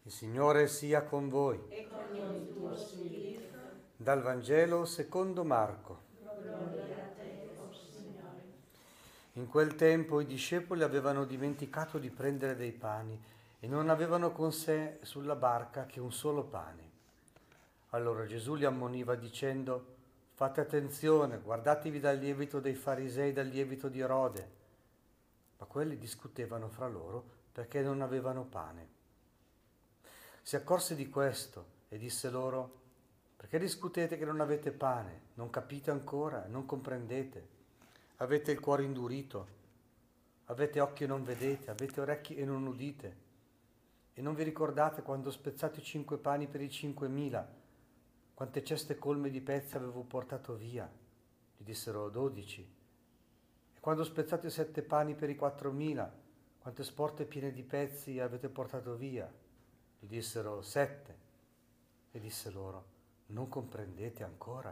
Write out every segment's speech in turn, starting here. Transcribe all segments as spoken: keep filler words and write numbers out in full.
Il Signore sia con voi. E con il tuo spirito. Dal Vangelo secondo Marco. Gloria a te, o Signore. In quel tempo i discepoli avevano dimenticato di prendere dei pani e non avevano con sé sulla barca che un solo pane. Allora Gesù li ammoniva dicendo: fate attenzione, guardatevi dal lievito dei farisei e dal lievito di Erode. Ma quelli discutevano fra loro perché non avevano pane. Si accorse di questo e disse loro: perché discutete che non avete pane? Non capite ancora? Non comprendete? Avete il cuore indurito? Avete occhi e non vedete? Avete orecchi e non udite? E non vi ricordate quando ho spezzato i cinque pani per i cinquemila? Quante ceste colme di pezzi avevo portato via? Gli dissero: dodici. E quando ho spezzato i sette pani per i quattromila? Quante sporte piene di pezzi avete portato via? Gli dissero: sette. E disse loro: non comprendete ancora?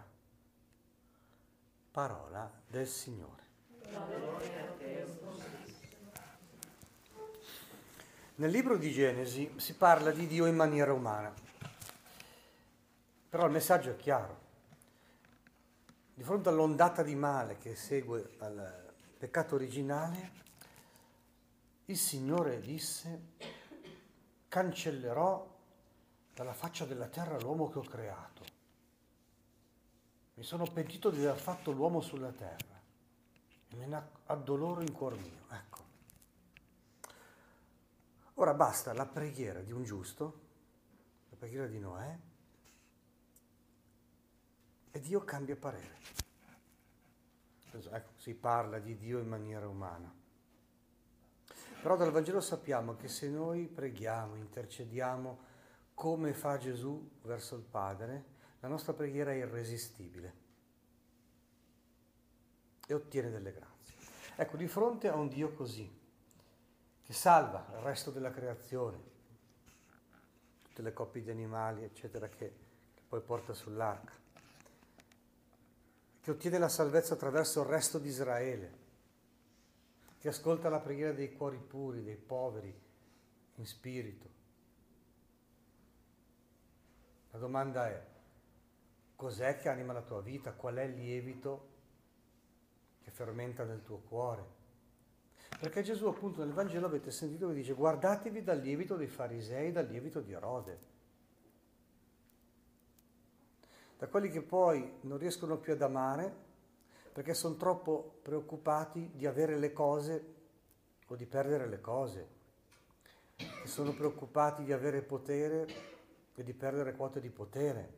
Parola del Signore. Nel libro di Genesi si parla di Dio in maniera umana, però il messaggio è chiaro. Di fronte all'ondata di male che segue al peccato originale, il Signore disse: cancellerò dalla faccia della terra l'uomo che ho creato. Mi sono pentito di aver fatto l'uomo sulla terra e me ne addoloro in cuor mio. Ecco. Ora basta la preghiera di un giusto, la preghiera di Noè, e Dio cambia parere. Ecco, si parla di Dio in maniera umana. Però dal Vangelo sappiamo che se noi preghiamo, intercediamo come fa Gesù verso il Padre, la nostra preghiera è irresistibile e ottiene delle grazie. Ecco, di fronte a un Dio così, che salva il resto della creazione, tutte le coppie di animali, eccetera, che, che poi porta sull'arca, che ottiene la salvezza attraverso il resto di Israele, che ascolta la preghiera dei cuori puri, dei poveri in spirito. La domanda è: cos'è che anima la tua vita? Qual è il lievito che fermenta nel tuo cuore? Perché Gesù, appunto, nel Vangelo avete sentito che dice: guardatevi dal lievito dei farisei, dal lievito di Erode. Da quelli che poi non riescono più ad amare perché sono troppo preoccupati di avere le cose o di perdere le cose, che sono preoccupati di avere potere e di perdere quote di potere.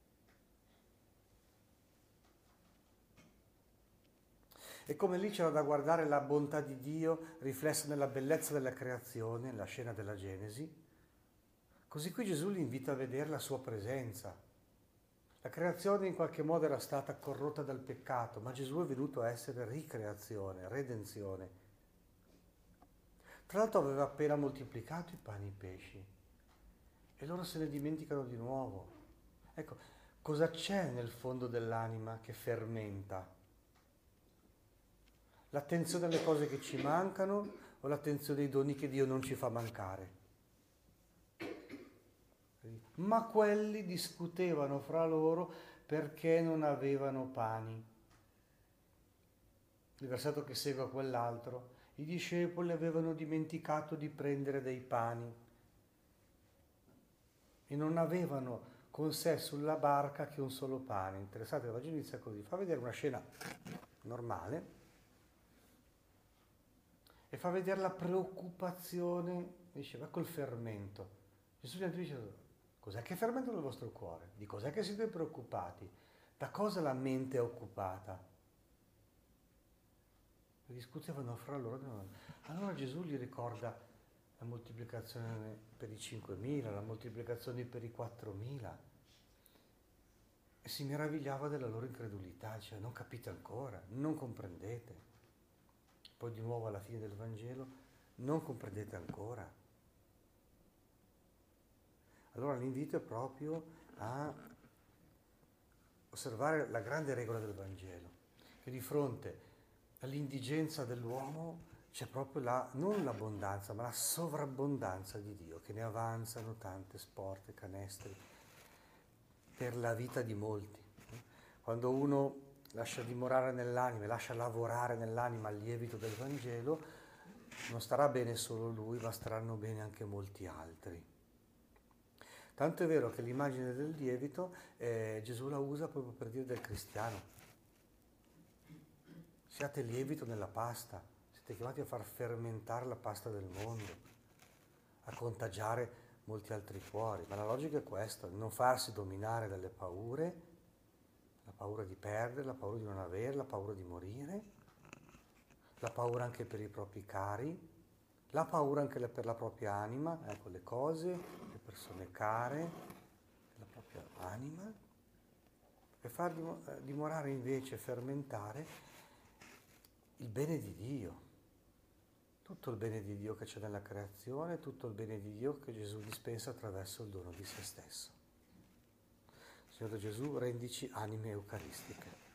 E come lì c'era da guardare la bontà di Dio riflessa nella bellezza della creazione, la scena della Genesi, così qui Gesù li invita a vedere la sua presenza. La creazione in qualche modo era stata corrotta dal peccato, ma Gesù è venuto a essere ricreazione, redenzione. Tra l'altro aveva appena moltiplicato i pani e i pesci e loro se ne dimenticano di nuovo. Ecco, cosa c'è nel fondo dell'anima che fermenta? L'attenzione alle cose che ci mancano o l'attenzione ai doni che Dio non ci fa mancare? Ma quelli discutevano fra loro perché non avevano pani. Il versetto che segue a quell'altro: i discepoli avevano dimenticato di prendere dei pani e non avevano con sé sulla barca che un solo pane. Interessate, il Vangelo inizia così, fa vedere una scena normale e fa vedere la preoccupazione, diceva, col fermento. Gesù gli dice: cos'è che fermenta nel vostro cuore? Di cos'è che siete preoccupati? Da cosa la mente è occupata? E discutevano fra loro. Allora Gesù gli ricorda la moltiplicazione per i cinquemila, la moltiplicazione per i quattromila. E si meravigliava della loro incredulità, diceva: non capite ancora, non comprendete. Poi di nuovo alla fine del Vangelo: non comprendete ancora. Allora l'invito è proprio a osservare la grande regola del Vangelo, che di fronte all'indigenza dell'uomo c'è proprio la, non l'abbondanza, ma la sovrabbondanza di Dio, che ne avanzano tante sporte, canestri, per la vita di molti. Quando uno lascia dimorare nell'anima, lascia lavorare nell'anima il lievito del Vangelo, non starà bene solo lui, ma staranno bene anche molti altri. Tanto è vero che l'immagine del lievito eh, Gesù la usa proprio per dire del cristiano. Siate lievito nella pasta, siete chiamati a far fermentare la pasta del mondo, a contagiare molti altri cuori. Ma la logica è questa, non farsi dominare dalle paure, la paura di perdere, la paura di non avere, la paura di morire, la paura anche per i propri cari, la paura anche per la propria anima, ecco, le cose, le persone care, la propria anima, e far dimorare invece, fermentare il bene di Dio, tutto il bene di Dio che c'è nella creazione, tutto il bene di Dio che Gesù dispensa attraverso il dono di se stesso. Signore Gesù, rendici anime eucaristiche.